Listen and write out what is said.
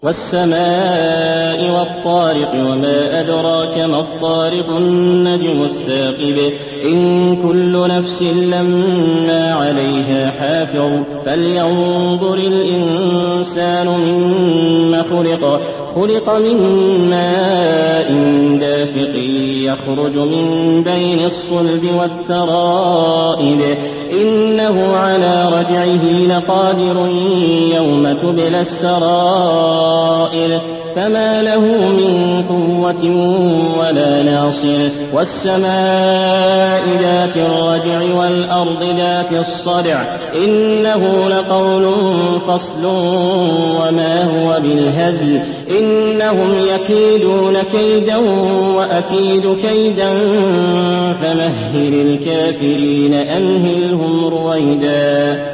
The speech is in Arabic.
والسماء والطارق وما أدراك ما الطارق النجم الثاقب إن كل نفس لما عليها حافظ فلينظر الإنسان مما خلق من ماء دافق يخرج من بين الصلب والترائب إنه على رجعه لقادر يوم تبلى السرائر فما له من قوة ولا ناصر والسماء ذات الرجع والأرض ذات الصدع إنه لقول فصل وما هو بالهزل إنهم يكيدون كيدا وأكيد كيدا فمهل الكافرين أمهلهم رويدا